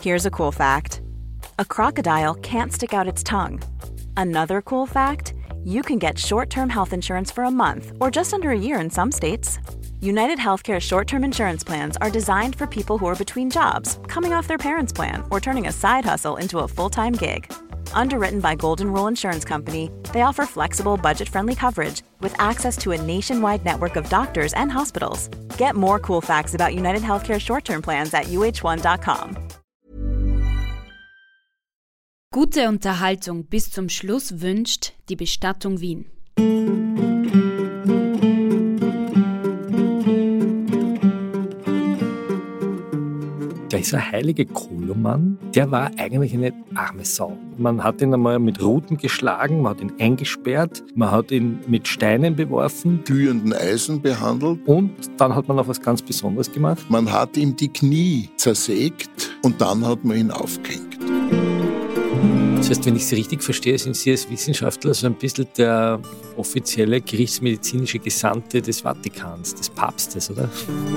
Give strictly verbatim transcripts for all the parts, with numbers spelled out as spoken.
Here's a cool fact. A crocodile can't stick out its tongue. Another cool fact, you can get short-term health insurance for a month or just under a year in some states. United Healthcare short-term insurance plans are designed for people who are between jobs, coming off their parents' plan, or turning a side hustle into a full-time gig. Underwritten by Golden Rule Insurance Company, they offer flexible, budget-friendly coverage with access to a nationwide network of doctors and hospitals. Get more cool facts about United Healthcare short-term plans at U H one dot com. Gute Unterhaltung bis zum Schluss wünscht die Bestattung Wien. Dieser heilige Koloman, der war eigentlich eine arme Sau. Man hat ihn einmal mit Ruten geschlagen, man hat ihn eingesperrt, man hat ihn mit Steinen beworfen, glühenden Eisen behandelt. Und dann hat man auch was ganz Besonderes gemacht. Man hat ihm die Knie zersägt und dann hat man ihn aufgehängt. Das heißt, wenn ich Sie richtig verstehe, sind Sie als Wissenschaftler so ein bisschen der offizielle gerichtsmedizinische Gesandte des Vatikans, des Papstes, oder?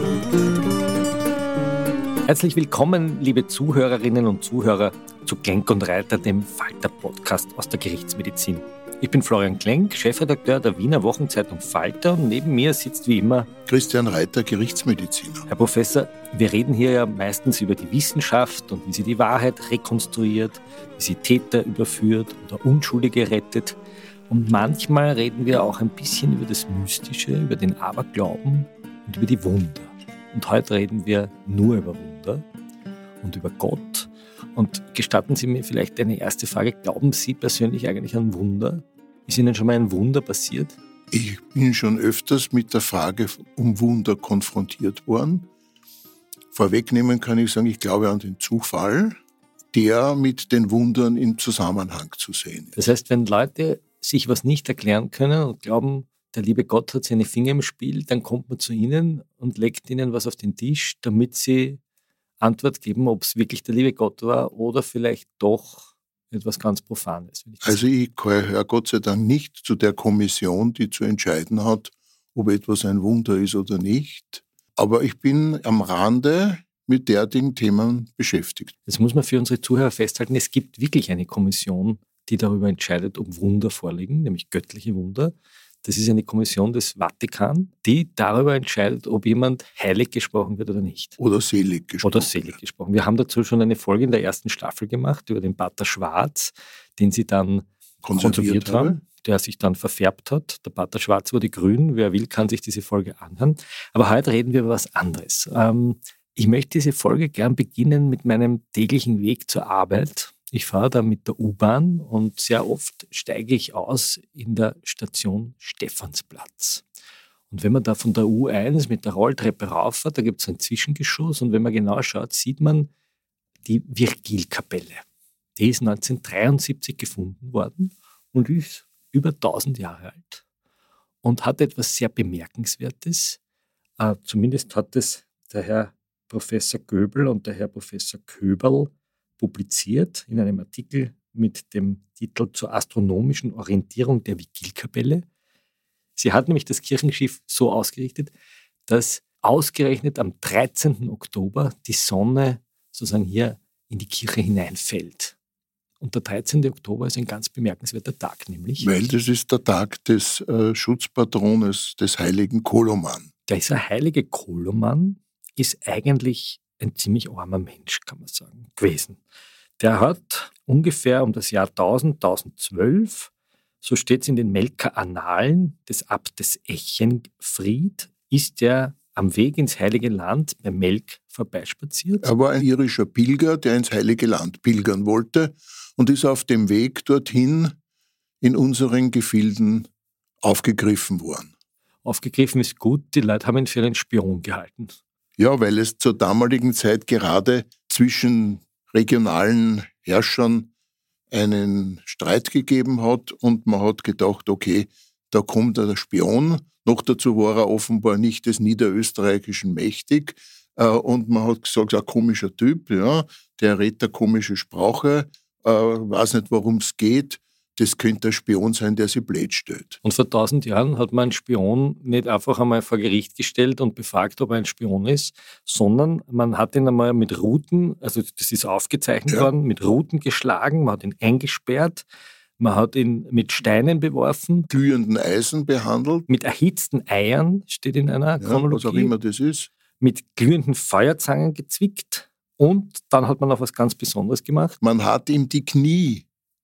Herzlich willkommen, liebe Zuhörerinnen und Zuhörer, zu Klenk und Reiter, dem Falter-Podcast aus der Gerichtsmedizin. Ich bin Florian Klenk, Chefredakteur der Wiener Wochenzeitung Falter, und neben mir sitzt wie immer Christian Reiter, Gerichtsmediziner. Herr Professor, wir reden hier ja meistens über die Wissenschaft und wie sie die Wahrheit rekonstruiert, wie sie Täter überführt oder Unschuldige rettet. Und manchmal reden wir auch ein bisschen über das Mystische, über den Aberglauben und über die Wunder. Und heute reden wir nur über Wunder und über Gott. Und gestatten Sie mir vielleicht eine erste Frage. Glauben Sie persönlich eigentlich an Wunder? Ist Ihnen schon mal ein Wunder passiert? Ich bin schon öfters mit der Frage um Wunder konfrontiert worden. Vorwegnehmen kann ich sagen, ich glaube an den Zufall, der mit den Wundern im Zusammenhang zu sehen ist. Das heißt, wenn Leute sich was nicht erklären können und glauben, der liebe Gott hat seine Finger im Spiel, dann kommt man zu ihnen und legt ihnen was auf den Tisch, damit sie Antwort geben, ob es wirklich der liebe Gott war oder vielleicht doch etwas ganz Profanes. Ich also ich gehöre Gott sei Dank nicht zu der Kommission, die zu entscheiden hat, ob etwas ein Wunder ist oder nicht. Aber ich bin am Rande mit derartigen Themen beschäftigt. Das muss man für unsere Zuhörer festhalten. Es gibt wirklich eine Kommission, die darüber entscheidet, ob Wunder vorliegen, nämlich göttliche Wunder. Das ist eine Kommission des Vatikan, die darüber entscheidet, ob jemand heilig gesprochen wird oder nicht. Oder selig gesprochen. Oder selig gesprochen. Wir haben dazu schon eine Folge in der ersten Staffel gemacht über den Pater Schwarz, den sie dann konserviert, konserviert haben, der sich dann verfärbt hat. Der Pater Schwarz wurde grün. Wer will, kann sich diese Folge anhören. Aber heute reden wir über was anderes. Ähm, ich möchte diese Folge gern beginnen mit meinem täglichen Weg zur Arbeit. Ich fahre da mit der U-Bahn und sehr oft steige ich aus in der Station Stephansplatz. Und wenn man da von der U eins mit der Rolltreppe rauffährt, da gibt es ein Zwischengeschoss, und wenn man genau schaut, sieht man die Virgilkapelle. Die ist neunzehnhundertdreiundsiebzig gefunden worden und ist über tausend Jahre alt und hat etwas sehr Bemerkenswertes. Äh, zumindest hat es der Herr Professor Göbel und der Herr Professor Köberl publiziert in einem Artikel mit dem Titel zur astronomischen Orientierung der Virgilkapelle. Sie hat nämlich das Kirchenschiff so ausgerichtet, dass ausgerechnet am dreizehnten Oktober die Sonne sozusagen hier in die Kirche hineinfällt. Und der dreizehnte Oktober ist ein ganz bemerkenswerter Tag, nämlich. Weil das ist der Tag des äh, Schutzpatrones des heiligen Koloman. Dieser heilige Koloman ist eigentlich ein ziemlich armer Mensch, kann man sagen, gewesen. Der hat ungefähr um das Jahr tausend, tausendzwölf, so steht es in den Melker Annalen des Abtes Echenfried, ist er am Weg ins Heilige Land bei Melk vorbeispaziert. Er war ein irischer Pilger, der ins Heilige Land pilgern wollte und ist auf dem Weg dorthin in unseren Gefilden aufgegriffen worden. Aufgegriffen ist gut, die Leute haben ihn für einen Spion gehalten. Ja, weil es zur damaligen Zeit gerade zwischen regionalen Herrschern einen Streit gegeben hat und man hat gedacht, okay, da kommt der Spion. Noch dazu war er offenbar nicht des niederösterreichischen mächtig und man hat gesagt, ein komischer Typ, ja, der redet eine komische Sprache, weiß nicht, worum es geht, das könnte ein Spion sein, der sie blöd stellt. Und vor tausend Jahren hat man einen Spion nicht einfach einmal vor Gericht gestellt und befragt, ob er ein Spion ist, sondern man hat ihn einmal mit Ruten, also das ist aufgezeichnet Ja. worden, mit Ruten geschlagen, man hat ihn eingesperrt, man hat ihn mit Steinen beworfen, Glühenden Eisen behandelt, mit erhitzten Eiern, steht in einer ja, Chronologie, was auch immer das ist. mit glühenden Feuerzangen gezwickt und dann hat man noch was ganz Besonderes gemacht. Man hat ihm die Knie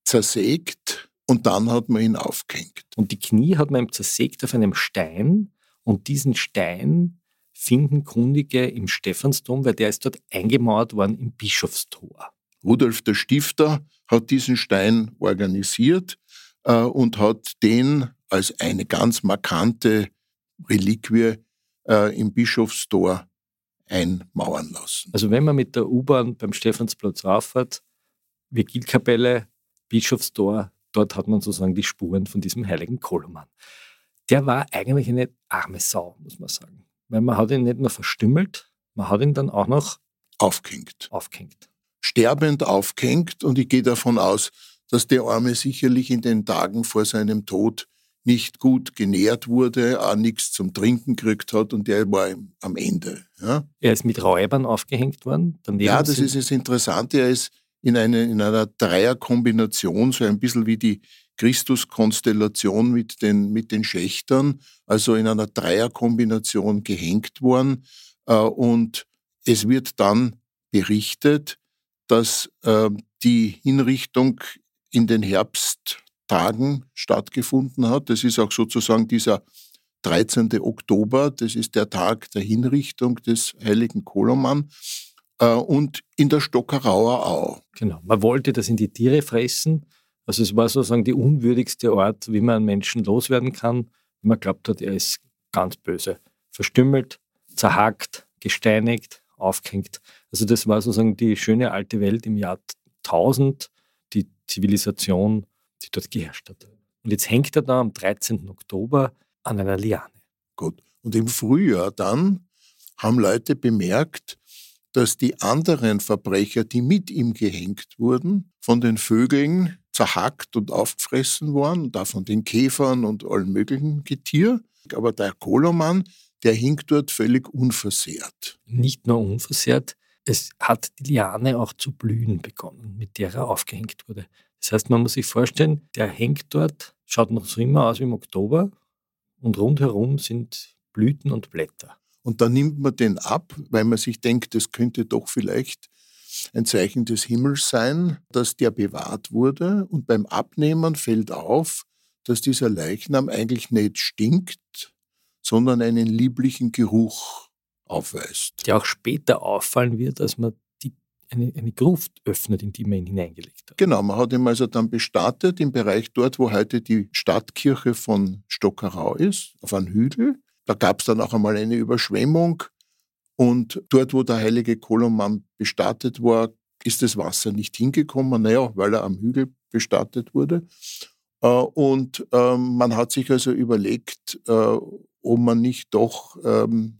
zersägt und dann hat man ihn aufgehängt. Und die Knie hat man ihm zersägt auf einem Stein und diesen Stein finden Kundige im Stephansdom, weil der ist dort eingemauert worden im Bischofstor. Rudolf der Stifter hat diesen Stein organisiert äh, und hat den als eine ganz markante Reliquie äh, im Bischofstor einmauern lassen. Also wenn man mit der U-Bahn beim Stephansplatz rauffährt, Vigilkapelle, Bischofstor, dort hat man sozusagen die Spuren von diesem heiligen Koloman. Der war eigentlich eine arme Sau, muss man sagen. Weil man hat ihn nicht nur verstümmelt, man hat ihn dann auch noch Aufgehängt. aufgehängt. Sterbend aufgehängt, und ich gehe davon aus, dass der Arme sicherlich in den Tagen vor seinem Tod nicht gut genährt wurde, auch nichts zum Trinken gekriegt hat, und der war am Ende. Ja, Er ist mit Räubern aufgehängt worden. Daneben ja das sind- ist das Interessante. Er ist in, eine, in einer Dreierkombination, so ein bisschen wie die Christuskonstellation mit den, mit den Schächtern, also in einer Dreierkombination gehängt worden. Äh, und es wird dann berichtet, dass äh, die Hinrichtung in den Herbsttagen stattgefunden hat. Das ist auch sozusagen dieser dreizehnten Oktober, das ist der Tag der Hinrichtung des heiligen Koloman, äh, und in der Stockerauer Au. Genau. Man wollte das in die Tiere fressen. Also es war sozusagen die unwürdigste Art, wie man einen Menschen loswerden kann. Man glaubt hat, er ist ganz böse. Verstümmelt, zerhackt, gesteinigt, aufgehängt. Also das war sozusagen die schöne alte Welt im Jahr tausend, die Zivilisation, die dort geherrscht hat. Und jetzt hängt er da am dreizehnten Oktober an einer Liane. Gut. Und im Frühjahr dann haben Leute bemerkt, dass die anderen Verbrecher, die mit ihm gehängt wurden, von den Vögeln zerhackt und aufgefressen worden, und auch von den Käfern und allen möglichen Getier. Aber der Koloman, der hing dort völlig unversehrt. Nicht nur unversehrt, es hat die Liane auch zu blühen begonnen, mit der er aufgehängt wurde. Das heißt, man muss sich vorstellen, der hängt dort, schaut noch so immer aus wie im Oktober, und rundherum sind Blüten und Blätter. Und dann nimmt man den ab, weil man sich denkt, das könnte doch vielleicht ein Zeichen des Himmels sein, dass der bewahrt wurde. Und beim Abnehmen fällt auf, dass dieser Leichnam eigentlich nicht stinkt, sondern einen lieblichen Geruch aufweist. Der auch später auffallen wird, als man die, eine, eine Gruft öffnet, in die man ihn hineingelegt hat. Genau, man hat ihn also dann bestattet im Bereich dort, wo heute die Stadtkirche von Stockerau ist, auf einem Hügel. Da gab es dann auch einmal eine Überschwemmung, und dort, wo der heilige Koloman bestattet war, ist das Wasser nicht hingekommen, naja, weil er am Hügel bestattet wurde. Äh, und ähm, man hat sich also überlegt, äh, ob man nicht doch ähm,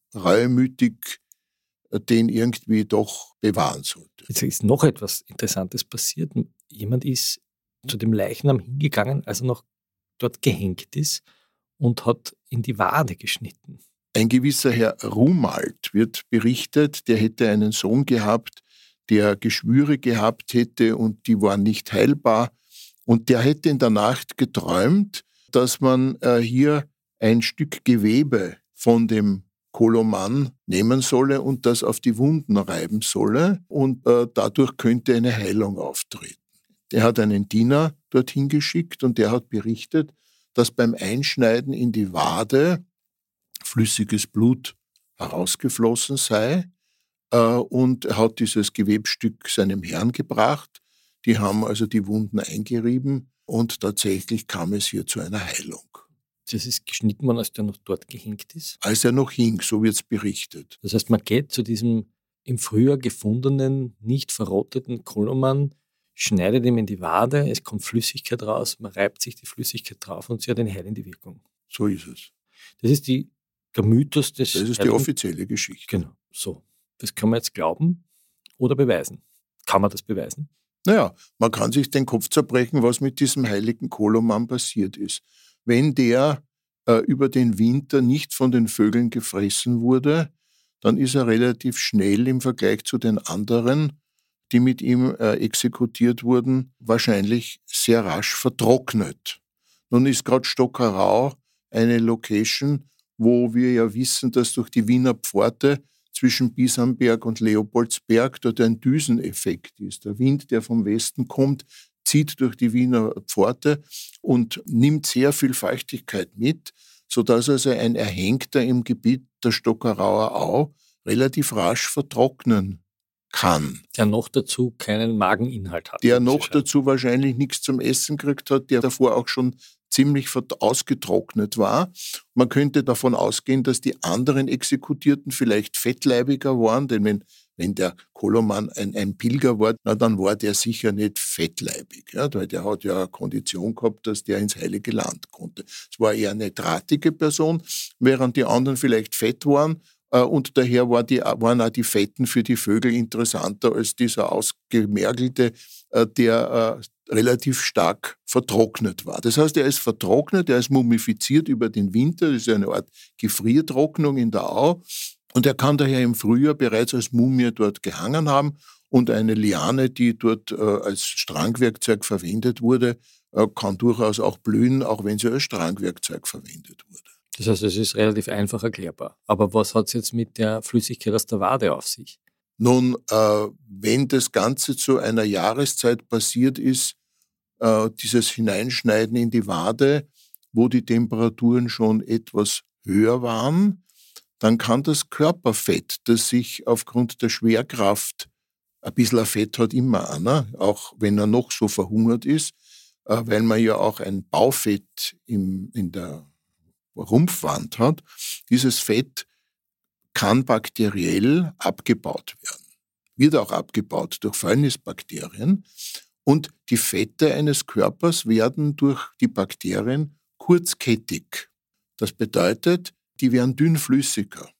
reumütig äh, den irgendwie doch bewahren sollte. Jetzt ist noch etwas Interessantes passiert. Jemand ist zu dem Leichnam hingegangen, als er noch dort gehängt ist, und hat in die Wade geschnitten. Ein gewisser Herr Rumald wird berichtet, der hätte einen Sohn gehabt, der Geschwüre gehabt hätte und die waren nicht heilbar. Und der hätte in der Nacht geträumt, dass man äh, hier ein Stück Gewebe von dem Koloman nehmen solle und das auf die Wunden reiben solle, und äh, dadurch könnte eine Heilung auftreten. Der hat einen Diener dorthin geschickt, und der hat berichtet, dass beim Einschneiden in die Wade flüssiges Blut herausgeflossen sei, äh, und er hat dieses Gewebstück seinem Herrn gebracht. Die haben also die Wunden eingerieben, und tatsächlich kam es hier zu einer Heilung. Das ist geschnitten worden, als der noch dort gehängt ist. Als er noch hing, so wird es berichtet. Das heißt, man geht zu diesem im Frühjahr gefundenen, nicht verrotteten Koloman, schneidet ihm in die Wade, es kommt Flüssigkeit raus, man reibt sich die Flüssigkeit drauf und sie hat eine heilende Wirkung. So ist es. Das ist die, der Mythos des Das ist die Heiligen- offizielle Geschichte. Genau, so. Das kann man jetzt glauben oder beweisen. Kann man das beweisen? Naja, man kann sich den Kopf zerbrechen, was mit diesem heiligen Koloman passiert ist. Wenn der äh, über den Winter nicht von den Vögeln gefressen wurde, dann ist er relativ schnell im Vergleich zu den anderen, die mit ihm äh, exekutiert wurden, wahrscheinlich sehr rasch vertrocknet. Nun ist gerade Stockerau eine Location, wo wir ja wissen, dass durch die Wiener Pforte zwischen Bisamberg und Leopoldsberg dort ein Düseneffekt ist. Der Wind, der vom Westen kommt, zieht durch die Wiener Pforte und nimmt sehr viel Feuchtigkeit mit, sodass also ein Erhängter im Gebiet der Stockerauer Au relativ rasch vertrocknen kann. Der noch dazu keinen Mageninhalt hat. Der noch dazu wahrscheinlich nichts zum Essen gekriegt hat, der davor auch schon ziemlich ausgetrocknet war. Man könnte davon ausgehen, dass die anderen Exekutierten vielleicht fettleibiger waren, denn wenn, wenn der Koloman ein, ein Pilger war, na, dann war der sicher nicht fettleibig, ja, weil der hat ja eine Kondition gehabt, dass der ins Heilige Land konnte. Es war eher eine drahtige Person, während die anderen vielleicht fett waren. Und daher war die, waren auch die Fetten für die Vögel interessanter als dieser ausgemergelte, der relativ stark vertrocknet war. Das heißt, er ist vertrocknet, er ist mumifiziert über den Winter, das ist eine Art Gefriertrocknung in der Au. Und er kann daher im Frühjahr bereits als Mumie dort gehangen haben. Und eine Liane, die dort als Strangwerkzeug verwendet wurde, kann durchaus auch blühen, auch wenn sie als Strangwerkzeug verwendet wurde. Das heißt, es ist relativ einfach erklärbar. Aber was hat es jetzt mit der Flüssigkeit aus der Wade auf sich? Nun, äh, wenn das Ganze zu einer Jahreszeit passiert ist, äh, dieses Hineinschneiden in die Wade, wo die Temperaturen schon etwas höher waren, dann kann das Körperfett, das sich aufgrund der Schwerkraft, ein bisschen Fett hat immer einer, auch wenn er noch so verhungert ist, äh, weil man ja auch ein Baufett im, in der Rumpfwand hat, dieses Fett kann bakteriell abgebaut werden. Wird auch abgebaut durch Fäulnisbakterien. Und die Fette eines Körpers werden durch die Bakterien kurzkettig. Das bedeutet, die werden dünnflüssiger.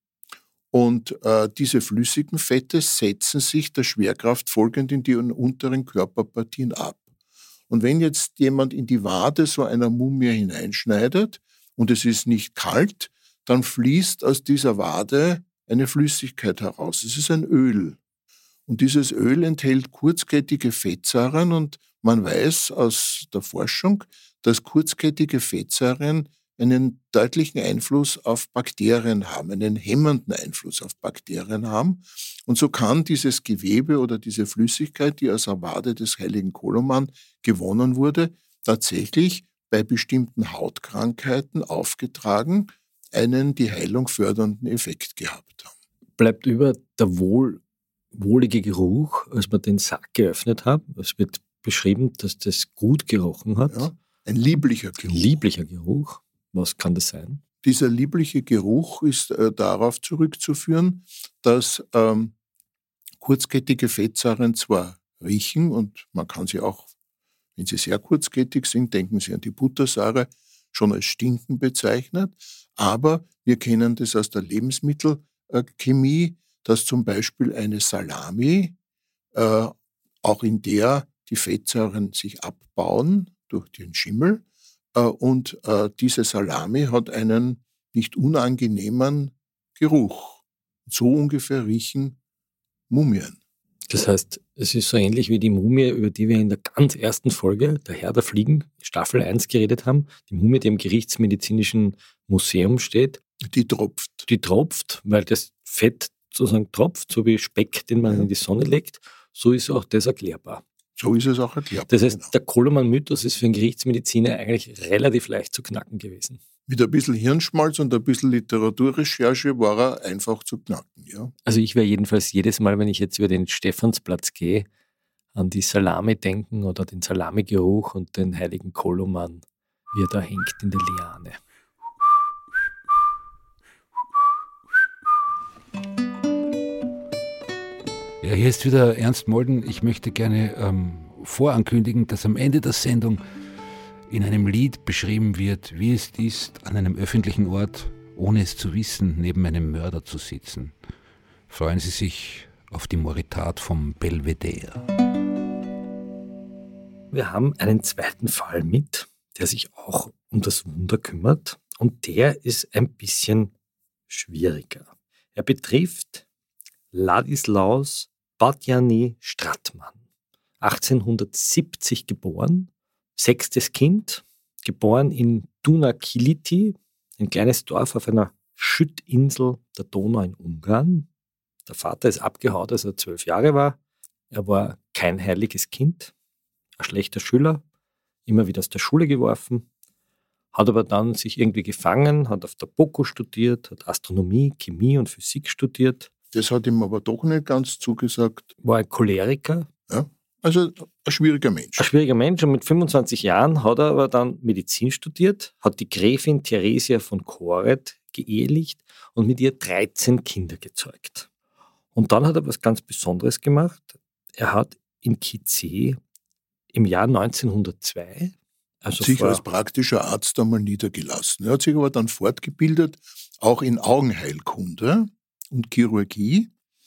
Und äh, diese flüssigen Fette setzen sich der Schwerkraft folgend in die unteren Körperpartien ab. Und wenn jetzt jemand in die Wade so einer Mumie hineinschneidet, und es ist nicht kalt, dann fließt aus dieser Wade eine Flüssigkeit heraus. Es ist ein Öl. Und dieses Öl enthält kurzkettige Fettsäuren und man weiß aus der Forschung, dass kurzkettige Fettsäuren einen deutlichen Einfluss auf Bakterien haben, einen hemmenden Einfluss auf Bakterien haben. Und so kann dieses Gewebe oder diese Flüssigkeit, die aus der Wade des heiligen Koloman gewonnen wurde, tatsächlich bei bestimmten Hautkrankheiten aufgetragen, einen die Heilung fördernden Effekt gehabt haben. Bleibt über der wohl, wohlige Geruch, als man den Sack geöffnet hat. Es wird beschrieben, dass das gut gerochen hat. Ja, ein lieblicher Geruch. Lieblicher Geruch. Was kann das sein? Dieser liebliche Geruch ist äh, darauf zurückzuführen, dass ähm, kurzkettige Fettsäuren zwar riechen und man kann sie auch, wenn sie sehr kurzkettig sind, denken Sie an die Buttersäure, schon als Stinken bezeichnet. Aber wir kennen das aus der Lebensmittelchemie, dass zum Beispiel eine Salami, äh, auch in der die Fettsäuren sich abbauen durch den Schimmel, äh, und äh, diese Salami hat einen nicht unangenehmen Geruch. So ungefähr riechen Mumien. Das heißt, es ist so ähnlich wie die Mumie, über die wir in der ganz ersten Folge, der Herr der Fliegen, Staffel eins geredet haben. Die Mumie, die im Gerichtsmedizinischen Museum steht. Die tropft. Die tropft, weil das Fett sozusagen tropft, so wie Speck, den man ja in die Sonne legt. So ist auch das erklärbar. So ist es auch erklärbar. Das heißt, genau. Der Koloman-Mythos ist für einen Gerichtsmediziner eigentlich relativ leicht zu knacken gewesen. Mit ein bisschen Hirnschmalz und ein bisschen Literaturrecherche war er einfach zu knacken, ja. Also ich werde jedenfalls jedes Mal, wenn ich jetzt über den Stephansplatz gehe, an die Salami denken oder den Salamigeruch und den heiligen Koloman, wie er da hängt in der Liane. Ja, hier ist wieder Ernst Molden. Ich möchte gerne ähm, vorankündigen, dass am Ende der Sendung in einem Lied beschrieben wird, wie es ist, an einem öffentlichen Ort, ohne es zu wissen, neben einem Mörder zu sitzen. Freuen Sie sich auf die Moritat vom Belvedere. Wir haben einen zweiten Fall mit, der sich auch um das Wunder kümmert. Und der ist ein bisschen schwieriger. Er betrifft Ladislaus Badjany Stratmann. achtzehnhundertsiebzig geboren, sechstes Kind, geboren in Dunakility, ein kleines Dorf auf einer Schüttinsel der Donau in Ungarn. Der Vater ist abgehauen, als er zwölf Jahre war. Er war kein heiliges Kind, ein schlechter Schüler, immer wieder aus der Schule geworfen, hat aber dann sich irgendwie gefangen, hat auf der BOKU studiert, hat Astronomie, Chemie und Physik studiert. Das hat ihm aber doch nicht ganz zugesagt. War ein Choleriker. Ja, also ein schwieriger Mensch. Ein schwieriger Mensch und mit fünfundzwanzig Jahren hat er aber dann Medizin studiert, hat die Gräfin Theresia von Koret geehelicht und mit ihr dreizehn Kinder gezeugt. Und dann hat er was ganz Besonderes gemacht. Er hat in Kizeh im Jahr neunzehnhundertzwei, also sich vor, als praktischer Arzt einmal niedergelassen. Er hat sich aber dann fortgebildet, auch in Augenheilkunde und Chirurgie,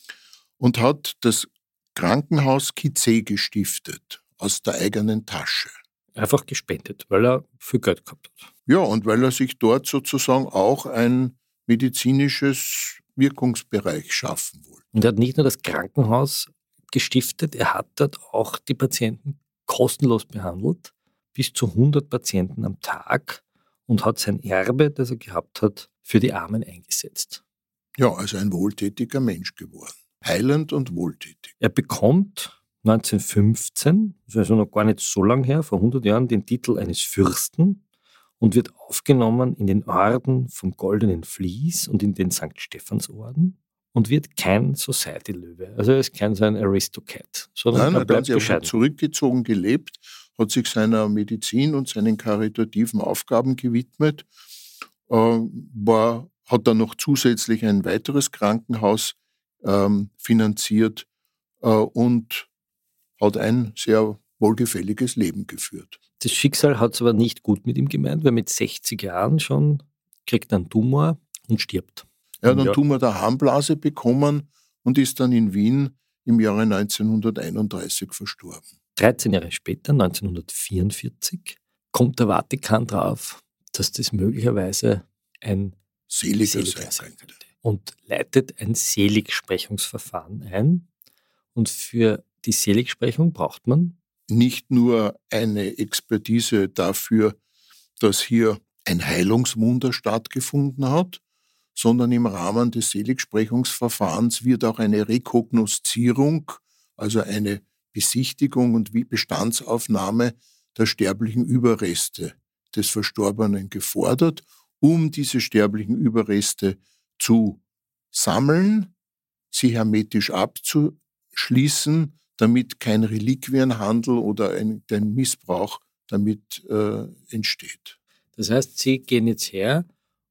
und hat das Krankenhaus Kizeh gestiftet, aus der eigenen Tasche. Einfach gespendet, weil er viel Geld gehabt hat. Ja, und weil er sich dort sozusagen auch ein medizinisches Wirkungsbereich schaffen wollte. Und er hat nicht nur das Krankenhaus gestiftet, er hat dort auch die Patienten kostenlos behandelt, bis zu hundert Patienten am Tag, und hat sein Erbe, das er gehabt hat, für die Armen eingesetzt. Ja, also ein wohltätiger Mensch geworden. Heilend und wohltätig. Er bekommt neunzehnhundertfünfzehn, das ist also noch gar nicht so lang her, vor hundert Jahren, den Titel eines Fürsten und wird aufgenommen in den Orden vom Goldenen Vlies und in den Sankt Stephansorden und wird kein Society-Löwe. Also er ist kein so ein Aristocrat, sondern Nein, er bleibt er bescheiden. hat zurückgezogen gelebt, hat sich seiner Medizin und seinen karitativen Aufgaben gewidmet, äh, war, hat dann noch zusätzlich ein weiteres Krankenhaus ähm, finanziert äh, und hat ein sehr wohlgefälliges Leben geführt. Das Schicksal hat es aber nicht gut mit ihm gemeint, weil mit sechzig Jahren schon kriegt er einen Tumor und stirbt. Er hat einen Ja. Tumor der Harnblase bekommen und ist dann in Wien im Jahre neunzehnhunderteinunddreißig verstorben. dreizehn Jahre später, neunzehnhundertvierundvierzig, kommt der Vatikan drauf, dass das möglicherweise ein Seliger Seliger sein sein könnte. könnte. Und leitet ein Seligsprechungsverfahren ein. Und für die Seligsprechung braucht man Nicht nur eine Expertise dafür, dass hier ein Heilungswunder stattgefunden hat, sondern im Rahmen des Seligsprechungsverfahrens wird auch eine Rekognoszierung, also eine Besichtigung und Bestandsaufnahme der sterblichen Überreste des Verstorbenen gefordert, um diese sterblichen Überreste zu sammeln, sie hermetisch abzuschließen, damit kein Reliquienhandel oder ein, ein Missbrauch damit äh, entsteht. Das heißt, Sie gehen jetzt her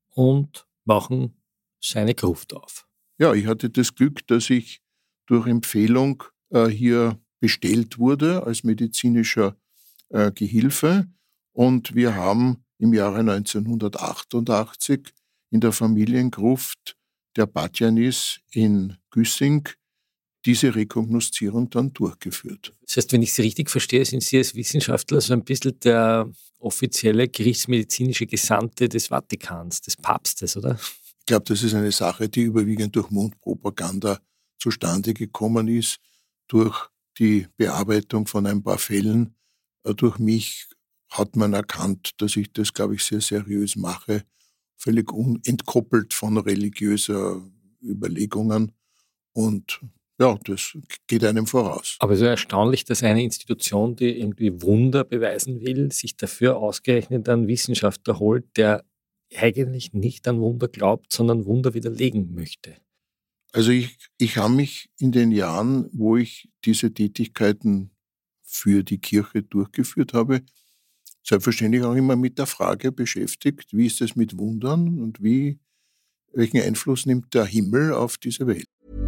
und machen seine Gruft auf. Ja, ich hatte das Glück, dass ich durch Empfehlung äh, hier bestellt wurde als medizinischer äh, Gehilfe, und wir haben im Jahre neunzehnhundertachtundachtzig in der Familiengruft der Badjanys in Güssing diese Rekognoszierung dann durchgeführt. Das heißt, wenn ich Sie richtig verstehe, sind Sie als Wissenschaftler so ein bisschen der offizielle gerichtsmedizinische Gesandte des Vatikans, des Papstes, oder? Ich glaube, das ist eine Sache, die überwiegend durch Mundpropaganda zustande gekommen ist, durch die Bearbeitung von ein paar Fällen. Durch mich hat man erkannt, dass ich das, glaube ich, sehr seriös mache, völlig entkoppelt von religiöser Überlegungen, und ja, das geht einem voraus. Aber so erstaunlich, dass eine Institution, die irgendwie Wunder beweisen will, sich dafür ausgerechnet einen Wissenschaftler holt, der eigentlich nicht an Wunder glaubt, sondern Wunder widerlegen möchte. Also ich, ich habe mich in den Jahren, wo ich diese Tätigkeiten für die Kirche durchgeführt habe, selbstverständlich auch immer mit der Frage beschäftigt, wie ist es mit Wundern und wie, welchen Einfluss nimmt der Himmel auf diese Welt?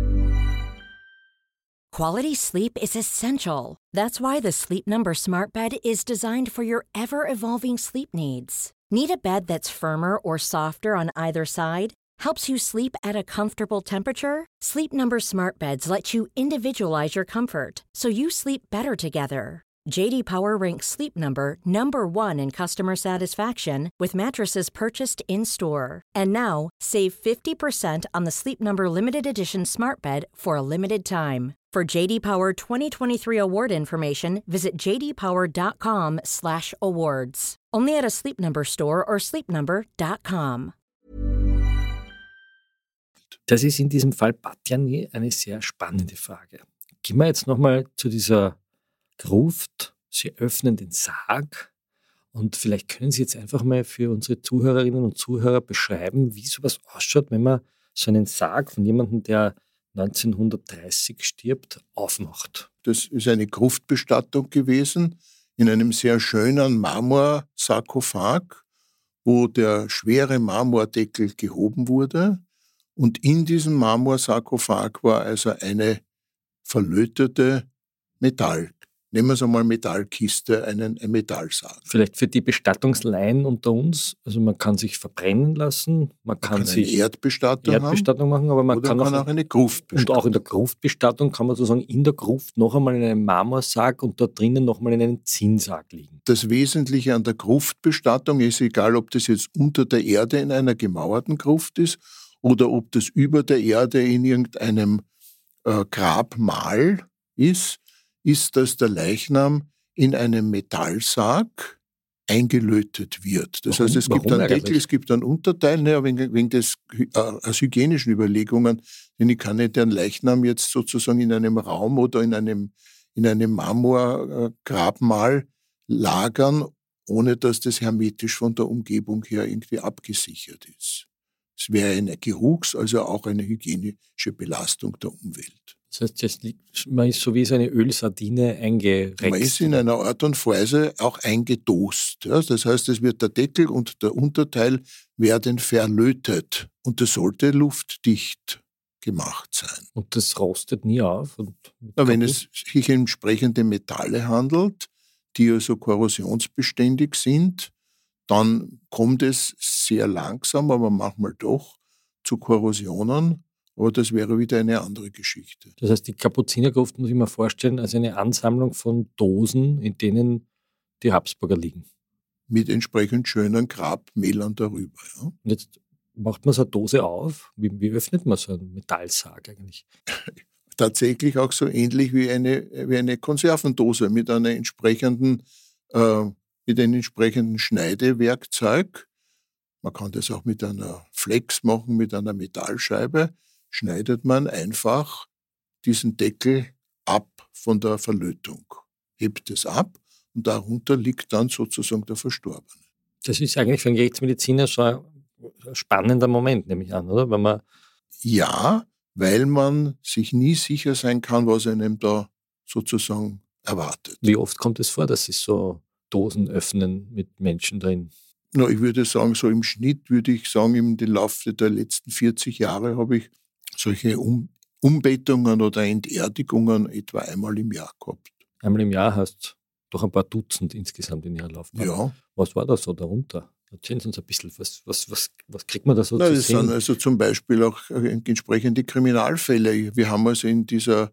Quality sleep is essential. That's why the Sleep Number Smart Bed is designed for your ever-evolving sleep needs. Need a bed that's firmer or softer on either side? Helps you sleep at a comfortable temperature? Sleep Number Smart Beds let you individualize your comfort, so you sleep better together. J D Power ranks Sleep Number number one in customer satisfaction with mattresses purchased in-store. And now, save fifty percent on the Sleep Number Limited Edition Smart Bed for a limited time. For J D Power twenty twenty-three award information, visit j d power dot com slash awards. Only at a Sleep Number store or sleep number dot com. Das ist in diesem Fall Batjany eine sehr spannende Frage. Gehen wir jetzt nochmal zu dieser Gruft. Sie öffnen den Sarg und vielleicht können Sie jetzt einfach mal für unsere Zuhörerinnen und Zuhörer beschreiben, wie sowas ausschaut, wenn man so einen Sarg von jemandem, der neunzehnhundertdreißig stirbt, aufmacht. Das ist eine Gruftbestattung gewesen in einem sehr schönen Marmorsarkophag, wo der schwere Marmordeckel gehoben wurde. Und in diesem Marmorsarkophag war also eine verlötete Metall, nehmen wir es einmal Metallkiste, einen, ein Metallsarg. Vielleicht für die Bestattungsleihen unter uns, also man kann sich verbrennen lassen, man kann, man kann sich eine Erdbestattung, Erdbestattung machen, aber man oder kann, man kann auch, auch eine Gruftbestattung. Und auch in der Gruftbestattung kann man sozusagen in der Gruft noch einmal in einem Marmorsarg und da drinnen noch einmal in einem Zinnsarg liegen. Das Wesentliche an der Gruftbestattung ist, egal ob das jetzt unter der Erde in einer gemauerten Gruft ist oder ob das über der Erde in irgendeinem äh, Grabmal ist, ist, dass der Leichnam in einem Metallsarg eingelötet wird. Das Warum? heißt, es gibt Warum einen Deckel, eigentlich? es gibt einen Unterteil, ne, wegen, wegen des, äh, aus hygienischen Überlegungen, denn ich kann nicht den Leichnam jetzt sozusagen in einem Raum oder in einem, in einem Marmorgrabmal lagern, ohne dass das hermetisch von der Umgebung her irgendwie abgesichert ist. Es wäre eine Geruchs-, also auch eine hygienische Belastung der Umwelt. Das heißt, das liegt, man ist so wie so eine Ölsardine eingerext. Man ist in einer Art und Weise auch eingedost. Ja? Das heißt, es wird der Deckel und der Unterteil werden verlötet und das sollte luftdicht gemacht sein. Und das rostet nie auf? Und Na, wenn es sich um entsprechende Metalle handelt, die also korrosionsbeständig sind, dann kommt es sehr langsam, aber manchmal doch zu Korrosionen. Aber das wäre wieder eine andere Geschichte. Das heißt, die Kapuzinergruft muss ich mir vorstellen als eine Ansammlung von Dosen, in denen die Habsburger liegen. Mit entsprechend schönen Grabmälern darüber. Ja. Und jetzt macht man so eine Dose auf. Wie, wie öffnet man so einen Metallsarg eigentlich? Tatsächlich auch so ähnlich wie eine, wie eine Konservendose mit einer entsprechenden, äh, mit einem entsprechenden Schneidewerkzeug. Man kann das auch mit einer Flex machen, mit einer Metallscheibe. Schneidet man einfach diesen Deckel ab von der Verlötung, hebt es ab und darunter liegt dann sozusagen der Verstorbene. Das ist eigentlich für einen Gerichtsmediziner so ein spannender Moment, nehme ich an, oder? Wenn man ja, weil man sich nie sicher sein kann, was einem da sozusagen erwartet. Wie oft kommt es vor, dass Sie so Dosen öffnen mit Menschen drin? Na, ich würde sagen, so im Schnitt würde ich sagen, im Laufe der letzten vierzig Jahre habe ich solche um Umbettungen oder Enterdigungen etwa einmal im Jahr gehabt. Einmal im Jahr heißt doch ein paar Dutzend insgesamt in Ihrer Laufbahn. Ja. Was war da so darunter? Erzählen Sie uns ein bisschen, was, was, was, was kriegt man da so Na, zu das sehen? sind also zum Beispiel auch entsprechende Kriminalfälle. Wir haben also in dieser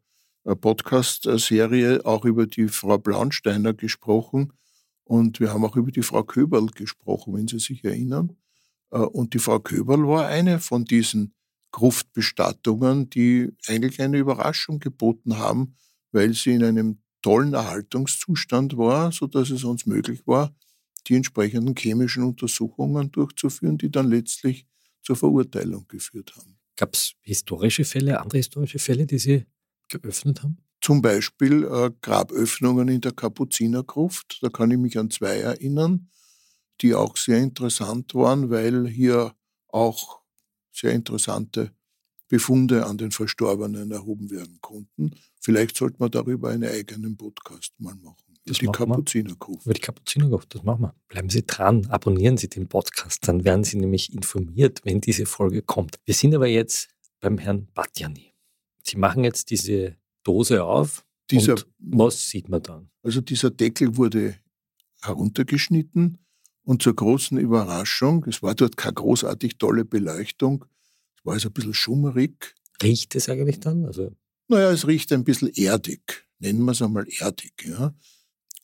Podcast-Serie auch über die Frau Blaunsteiner gesprochen und wir haben auch über die Frau Köberl gesprochen, wenn Sie sich erinnern. Und die Frau Köberl war eine von diesen Gruftbestattungen, die eigentlich eine Überraschung geboten haben, weil sie in einem tollen Erhaltungszustand war, sodass es uns möglich war, die entsprechenden chemischen Untersuchungen durchzuführen, die dann letztlich zur Verurteilung geführt haben. Gab es historische Fälle, andere historische Fälle, die Sie geöffnet haben? Zum Beispiel äh, Graböffnungen in der Kapuzinergruft. Da kann ich mich an zwei erinnern, die auch sehr interessant waren, weil hier auch sehr interessante Befunde an den Verstorbenen erhoben werden konnten. Vielleicht sollte man darüber einen eigenen Podcast mal machen. Das die machen wir. Kapuzinergruft. Über die Kapuzinergruft, das machen wir. Bleiben Sie dran, abonnieren Sie den Podcast, dann werden Sie nämlich informiert, wenn diese Folge kommt. Wir sind aber jetzt beim Herrn Batjany. Sie machen jetzt diese Dose auf Dieser, und was sieht man dann? Also dieser Deckel wurde heruntergeschnitten und zur großen Überraschung, es war dort keine großartig tolle Beleuchtung, es war also ein bisschen schummerig. Riecht es eigentlich dann? Also Naja, es riecht ein bisschen erdig, nennen wir es einmal erdig. Ja.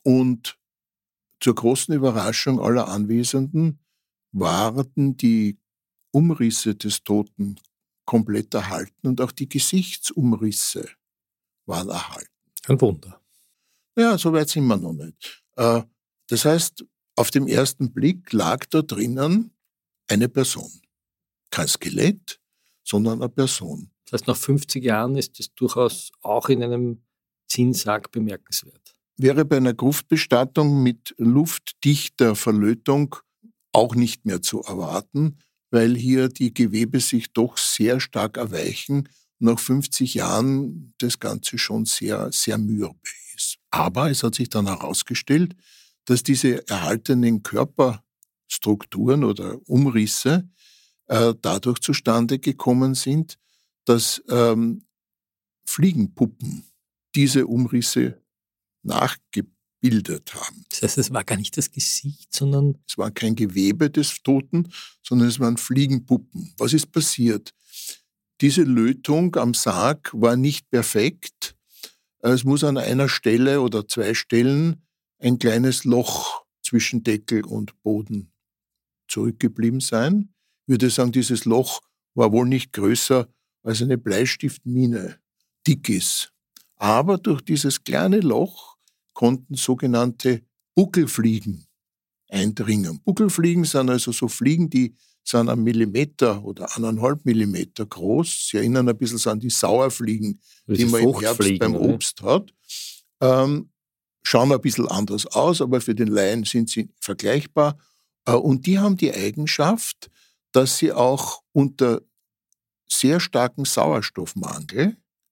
Und zur großen Überraschung aller Anwesenden waren die Umrisse des Toten komplett erhalten und auch die Gesichtsumrisse waren erhalten. Ein Wunder. Ja, so weit sind wir noch nicht. Das heißt, auf dem ersten Blick lag da drinnen eine Person. Kein Skelett, sondern eine Person. Das heißt, nach fünfzig Jahren ist das durchaus auch in einem Zinnsack bemerkenswert. Wäre bei einer Gruftbestattung mit luftdichter Verlötung auch nicht mehr zu erwarten, weil hier die Gewebe sich doch sehr stark erweichen und nach fünfzig Jahren das Ganze schon sehr, sehr mürbe ist. Aber es hat sich dann herausgestellt, dass diese erhaltenen Körperstrukturen oder Umrisse äh, dadurch zustande gekommen sind, dass ähm, Fliegenpuppen diese Umrisse nachgebildet haben. Das heißt, es war gar nicht das Gesicht, sondern... Es war kein Gewebe des Toten, sondern es waren Fliegenpuppen. Was ist passiert? Diese Lötung am Sarg war nicht perfekt. Es muss an einer Stelle oder zwei Stellen ein kleines Loch zwischen Deckel und Boden zurückgeblieben sein. Ich würde sagen, dieses Loch war wohl nicht größer als eine Bleistiftmine dick ist. Aber durch dieses kleine Loch konnten sogenannte Buckelfliegen eindringen. Buckelfliegen sind also so Fliegen, die sind einen Millimeter oder eineinhalb Millimeter groß. Sie erinnern ein bisschen an die Sauerfliegen, die man im Herbst beim oder? Obst hat. Ähm, schauen ein bisschen anders aus, aber für den Laien sind sie vergleichbar. Äh, und die haben die Eigenschaft, dass sie auch unter sehr starken Sauerstoffmangel,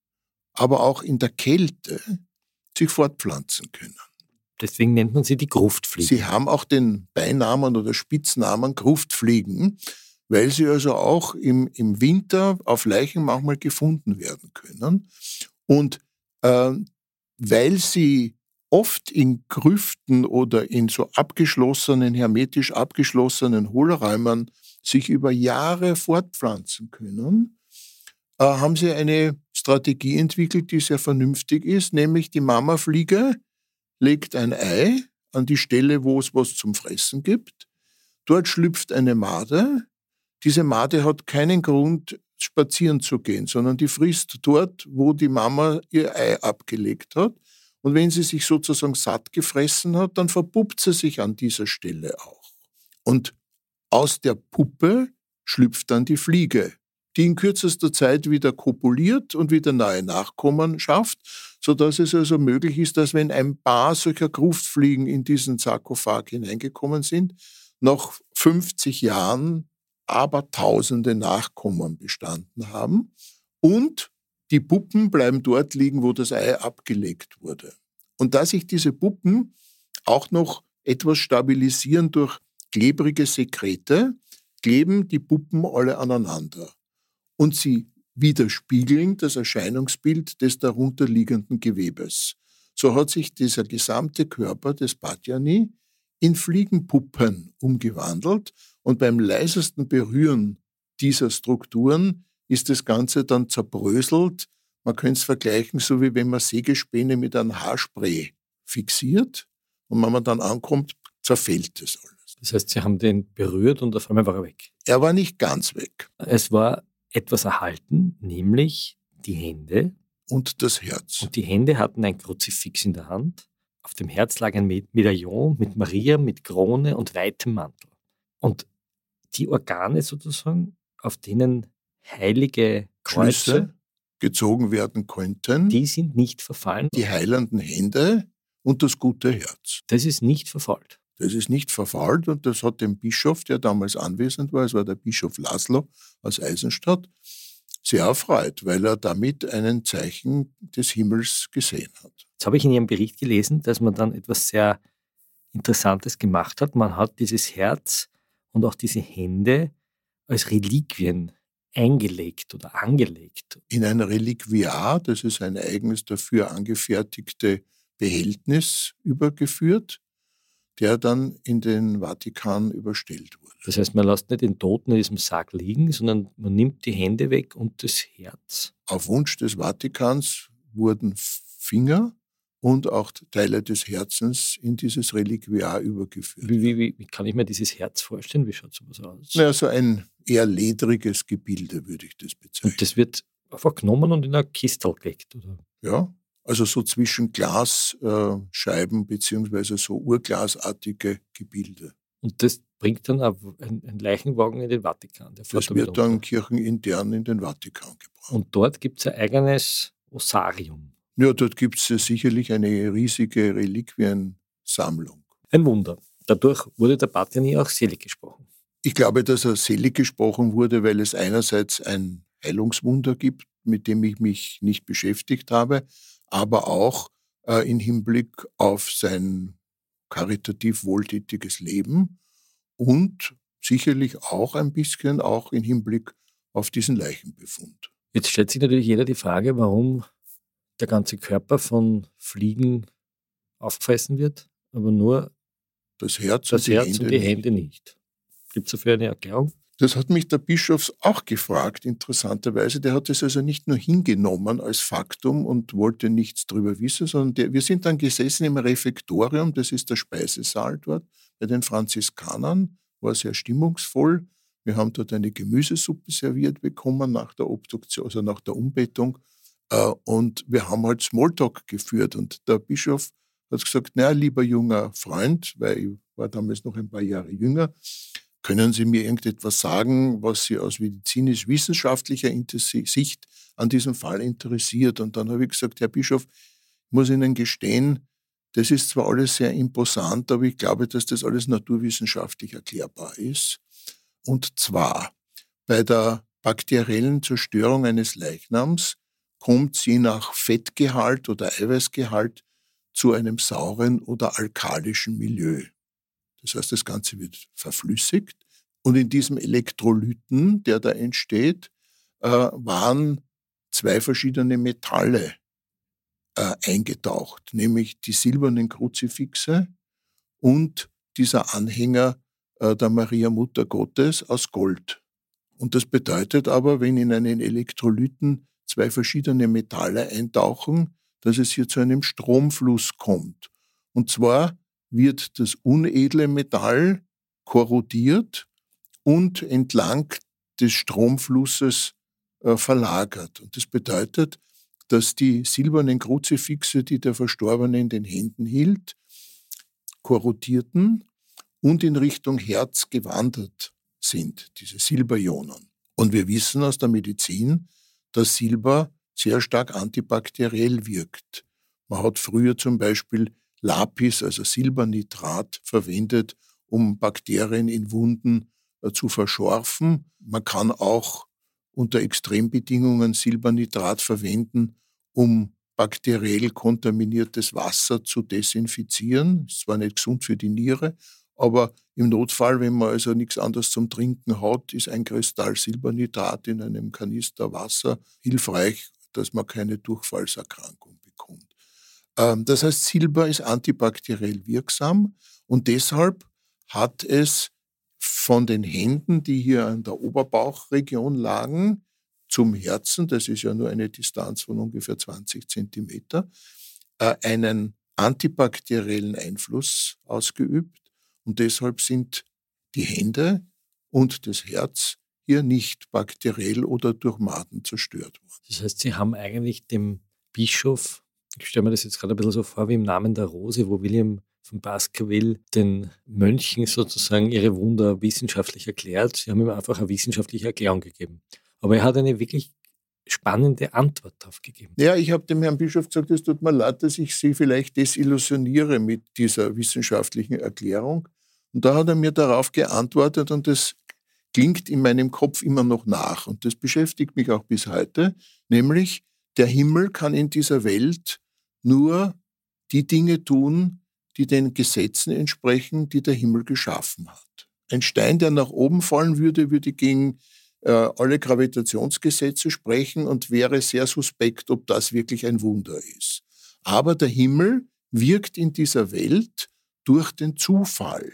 aber auch in der Kälte sich fortpflanzen können. Deswegen nennt man sie die Gruftfliegen. Sie haben auch den Beinamen oder Spitznamen Gruftfliegen, weil sie also auch im, im Winter auf Leichen manchmal gefunden werden können. Und äh, weil sie oft in Grüften oder in so abgeschlossenen, hermetisch abgeschlossenen Hohlräumen sich über Jahre fortpflanzen können, äh, haben sie eine Strategie entwickelt, die sehr vernünftig ist, nämlich die Mamafliege legt ein Ei an die Stelle, wo es was zum Fressen gibt. Dort schlüpft eine Made. Diese Made hat keinen Grund, spazieren zu gehen, sondern die frisst dort, wo die Mama ihr Ei abgelegt hat. Und wenn sie sich sozusagen satt gefressen hat, dann verpuppt sie sich an dieser Stelle auch. Und aus der Puppe schlüpft dann die Fliege, die in kürzester Zeit wieder kopuliert und wieder neue Nachkommen schafft, sodass es also möglich ist, dass wenn ein paar solcher Gruftfliegen in diesen Sarkophag hineingekommen sind, nach fünfzig Jahren aber tausende Nachkommen bestanden haben und die Puppen bleiben dort liegen, wo das Ei abgelegt wurde. Und da sich diese Puppen auch noch etwas stabilisieren durch klebrige Sekrete, kleben die Puppen alle aneinander. Und sie widerspiegeln das Erscheinungsbild des darunterliegenden Gewebes. So hat sich dieser gesamte Körper des Batjani in Fliegenpuppen umgewandelt und beim leisesten Berühren dieser Strukturen ist das Ganze dann zerbröselt. Man könnte es vergleichen, so wie wenn man Sägespäne mit einem Haarspray fixiert und wenn man dann ankommt, zerfällt das alles. Das heißt, Sie haben den berührt und auf einmal war er weg. Er war nicht ganz weg. Es war etwas erhalten, nämlich die Hände. Und das Herz. Und die Hände hatten ein Kruzifix in der Hand. Auf dem Herz lag ein Medaillon mit Maria, mit Krone und weitem Mantel. Und die Organe sozusagen, auf denen heilige Kreuze Schlüsse gezogen werden könnten, die sind nicht verfallen. Die heilenden Hände und das gute Herz. Das ist nicht verfault. Das ist nicht verfault und das hat dem Bischof, der damals anwesend war, es war der Bischof Laszlo aus Eisenstadt, sehr erfreut, weil er damit ein Zeichen des Himmels gesehen hat. Jetzt habe ich in Ihrem Bericht gelesen, dass man dann etwas sehr Interessantes gemacht hat. Man hat dieses Herz und auch diese Hände als Reliquien eingelegt oder angelegt. In ein Reliquiar, das ist ein eigenes dafür angefertigte Behältnis, übergeführt, der dann in den Vatikan überstellt wurde. Das heißt, man lässt nicht den Toten in diesem Sarg liegen, sondern man nimmt die Hände weg und das Herz. Auf Wunsch des Vatikans wurden Finger und auch Teile des Herzens in dieses Reliquiar übergeführt. Wie, wie, wie kann ich mir dieses Herz vorstellen? Wie schaut sowas aus? Naja, so ein eher ledriges Gebilde, würde ich das bezeichnen. Und das wird einfach genommen und in eine Kistel gelegt, oder? Ja, also so zwischen Glasscheiben äh, beziehungsweise so urglasartige Gebilde. Und das bringt dann ein, ein Leichenwagen in den Vatikan. Der das wird dann kirchenintern in den Vatikan gebracht. Und dort gibt es ein eigenes Osarium. Ja, dort gibt es ja sicherlich eine riesige Reliquiensammlung. Ein Wunder. Dadurch wurde der Pater nie auch selig gesprochen. Ich glaube, dass er selig gesprochen wurde, weil es einerseits ein Heilungswunder gibt, mit dem ich mich nicht beschäftigt habe, aber auch äh, im Hinblick auf sein karitativ wohltätiges Leben und sicherlich auch ein bisschen auch im Hinblick auf diesen Leichenbefund. Jetzt stellt sich natürlich jeder die Frage, warum der ganze Körper von Fliegen aufgefressen wird, aber nur das Herz, das und, die Herz und die Hände nicht. Gibt es dafür eine Erklärung? Das hat mich der Bischof auch gefragt, interessanterweise. Der hat es also nicht nur hingenommen als Faktum und wollte nichts drüber wissen, sondern der, wir sind dann gesessen im Refektorium, das ist der Speisesaal dort, bei den Franziskanern, war sehr stimmungsvoll. Wir haben dort eine Gemüsesuppe serviert bekommen nach der Obduktion, also nach der Umbettung. Und wir haben halt Smalltalk geführt. Und der Bischof hat gesagt, na, lieber junger Freund, weil ich war damals noch ein paar Jahre jünger, können Sie mir irgendetwas sagen, was Sie aus medizinisch-wissenschaftlicher Sicht an diesem Fall interessiert? Und dann habe ich gesagt, Herr Bischof, ich muss Ihnen gestehen, das ist zwar alles sehr imposant, aber ich glaube, dass das alles naturwissenschaftlich erklärbar ist. Und zwar bei der bakteriellen Zerstörung eines Leichnams kommt sie nach Fettgehalt oder Eiweißgehalt zu einem sauren oder alkalischen Milieu. Das heißt, das Ganze wird verflüssigt und in diesem Elektrolyten, der da entsteht, äh, waren zwei verschiedene Metalle äh, eingetaucht, nämlich die silbernen Kruzifixe und dieser Anhänger äh, der Maria Mutter Gottes aus Gold. Und das bedeutet aber, wenn in einen Elektrolyten zwei verschiedene Metalle eintauchen, dass es hier zu einem Stromfluss kommt. Und zwar wird das unedle Metall korrodiert und entlang des Stromflusses äh, verlagert. Und das bedeutet, dass die silbernen Kruzifixe, die der Verstorbene in den Händen hielt, korrodierten und in Richtung Herz gewandert sind, diese Silberionen. Und wir wissen aus der Medizin, dass Silber sehr stark antibakteriell wirkt. Man hat früher zum Beispiel Lapis, also Silbernitrat, verwendet, um Bakterien in Wunden äh, zu verschorfen. Man kann auch unter Extrembedingungen Silbernitrat verwenden, um bakteriell kontaminiertes Wasser zu desinfizieren. Ist zwar nicht gesund für die Niere, aber im Notfall, wenn man also nichts anderes zum Trinken hat, ist ein Kristall Silbernitrat in einem Kanister Wasser hilfreich, dass man keine Durchfallserkrankung bekommt. Das heißt, Silber ist antibakteriell wirksam und deshalb hat es von den Händen, die hier an der Oberbauchregion lagen, zum Herzen, das ist ja nur eine Distanz von ungefähr zwanzig Zentimeter, einen antibakteriellen Einfluss ausgeübt und deshalb sind die Hände und das Herz hier nicht bakteriell oder durch Maden zerstört worden. Das heißt, Sie haben eigentlich dem Bischof, ich stelle mir das jetzt gerade ein bisschen so vor wie im Namen der Rose, wo William von Baskerville den Mönchen sozusagen ihre Wunder wissenschaftlich erklärt. Sie haben ihm einfach eine wissenschaftliche Erklärung gegeben. Aber er hat eine wirklich spannende Antwort darauf gegeben. Ja, ich habe dem Herrn Bischof gesagt, es tut mir leid, dass ich Sie vielleicht desillusioniere mit dieser wissenschaftlichen Erklärung. Und da hat er mir darauf geantwortet und das klingt in meinem Kopf immer noch nach. Und das beschäftigt mich auch bis heute, nämlich der Himmel kann in dieser Welt nur die Dinge tun, die den Gesetzen entsprechen, die der Himmel geschaffen hat. Ein Stein, der nach oben fallen würde, würde gegen äh, alle Gravitationsgesetze sprechen und wäre sehr suspekt, ob das wirklich ein Wunder ist. Aber der Himmel wirkt in dieser Welt durch den Zufall.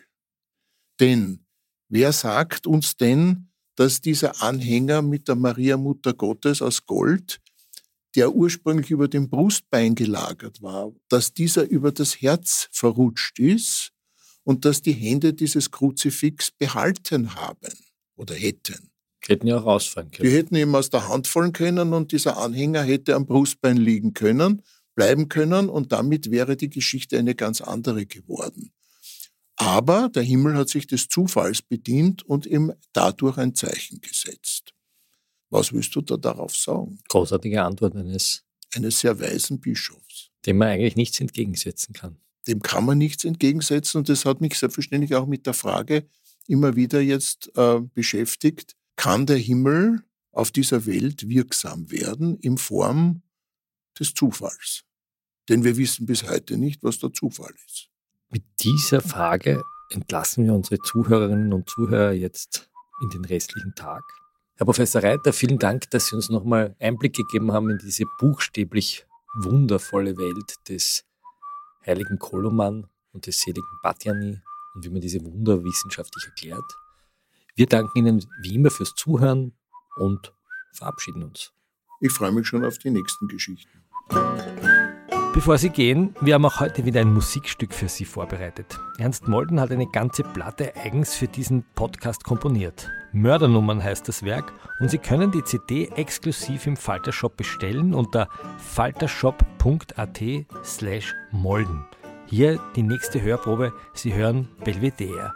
Denn wer sagt uns denn, dass dieser Anhänger mit der Maria Mutter Gottes aus Gold der ursprünglich über dem Brustbein gelagert war, dass dieser über das Herz verrutscht ist und dass die Hände dieses Kruzifix behalten haben oder hätten. Hätten ja auch rausfallen können. Die hätten ihm aus der Hand fallen können und dieser Anhänger hätte am Brustbein liegen können, bleiben können und damit wäre die Geschichte eine ganz andere geworden. Aber der Himmel hat sich des Zufalls bedient und ihm dadurch ein Zeichen gesetzt. Was willst du da darauf sagen? Großartige Antwort eines, eines sehr weisen Bischofs. Dem man eigentlich nichts entgegensetzen kann. Dem kann man nichts entgegensetzen und das hat mich selbstverständlich auch mit der Frage immer wieder jetzt äh, beschäftigt, kann der Himmel auf dieser Welt wirksam werden in Form des Zufalls? Denn wir wissen bis heute nicht, was der Zufall ist. Mit dieser Frage entlassen wir unsere Zuhörerinnen und Zuhörer jetzt in den restlichen Tag. Herr Professor Reiter, vielen Dank, dass Sie uns nochmal Einblick gegeben haben in diese buchstäblich wundervolle Welt des heiligen Koloman und des seligen Batjany und wie man diese Wunder wissenschaftlich erklärt. Wir danken Ihnen wie immer fürs Zuhören und verabschieden uns. Ich freue mich schon auf die nächsten Geschichten. Bevor Sie gehen, wir haben auch heute wieder ein Musikstück für Sie vorbereitet. Ernst Molden hat eine ganze Platte eigens für diesen Podcast komponiert. Mördernummern heißt das Werk und Sie können die C D exklusiv im Falter-Shop bestellen unter faltershop.at slash Molden. Hier die nächste Hörprobe. Sie hören Belvedere.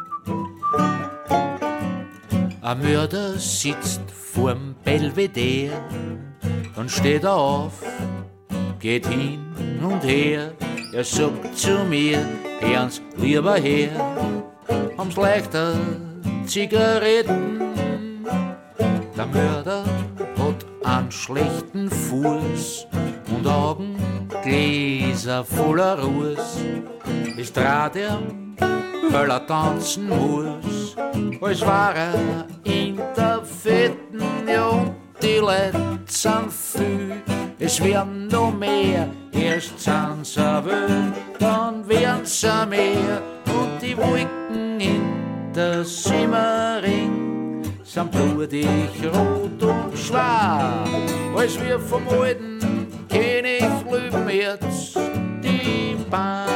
Ein Mörder sitzt vorm Belvedere und steht auf, geht hin und her. Er sagt zu mir, Ernst, lieber Herr, haben's leichter Zigaretten. Der Mörder hat einen schlechten Fuß und Augengläser voller Ruß. Es dreht er, weil er tanzen muss, als war er in der Fetten, ja, und die Leute sind viel. Es werden noch mehr, erst sind sie wild, dann werden sie mehr. Und die Wolken in der Simmering sind blutig rot und schwarz, als wir vom alten König Löwenherz die Bahn.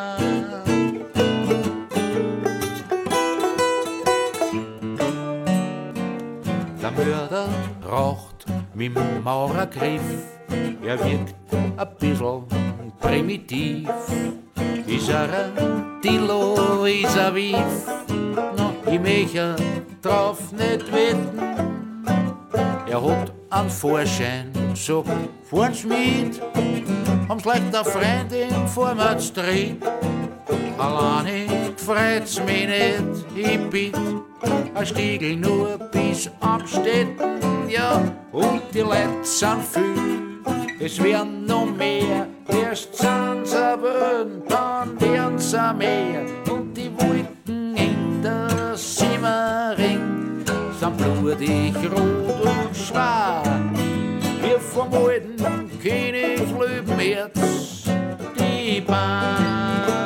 Der Mörder raucht mit dem Maurergriff, er wirkt ein bisschen primitiv. Ist er ein Dillo, ist er Wief? No, ich möchte drauf nicht wetten. Er hat einen Vorschein, sagt, fahren's mit, haben's leicht eine Freundin vor mir Street. Alleine freut's mich nicht, ich bitt, ein Stiegel nur bis Amstetten, ja, und die Leute sind viel. Es werden noch mehr, erst sind sie wild, dann werden sie mehr. Und die Wolken in der Simmering sind blutig rot und schwarz. Wir vom alten König Löwenherz die Bahn.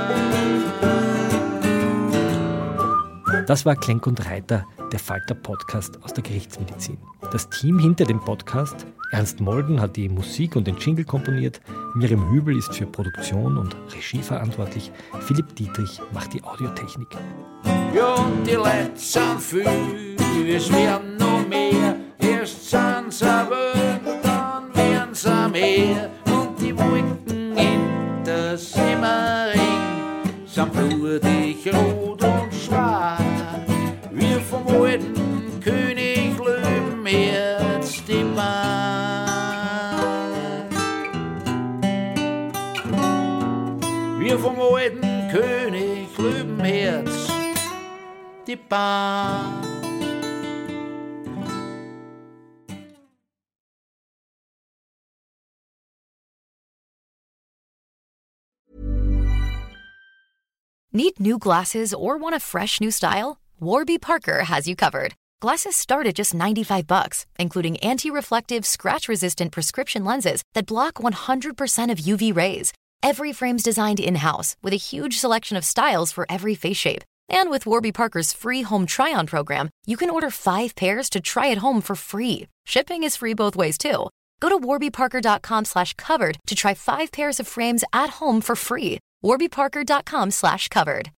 Das war Klenk und Reiter, der Falter-Podcast aus der Gerichtsmedizin. Das Team hinter dem Podcast, Ernst Molden hat die Musik und den Jingle komponiert, Miriam Hübel ist für Produktion und Regie verantwortlich, Philipp Dietrich macht die Audiotechnik. Ja, und die Leute sind viel, es werden noch mehr, erst sind sie wild, dann werden sie mehr. Und die Wolken in der Simmering sind blutig rot und schwarz. Wir vom alten König Löwenherz die Bahn. Wir vom alten König Löwenherz die Bahn. Need new glasses or want a fresh new style? Warby Parker has you covered. Glasses start at just ninety-five bucks, including anti-reflective, scratch-resistant prescription lenses that block one hundred percent of U V rays. Every frame's designed in-house with a huge selection of styles for every face shape. And with Warby Parker's free home try-on program, you can order five pairs to try at home for free. Shipping is free both ways, too. Go to warbyparker.com slash covered to try five pairs of frames at home for free. warbyparker.com slash covered.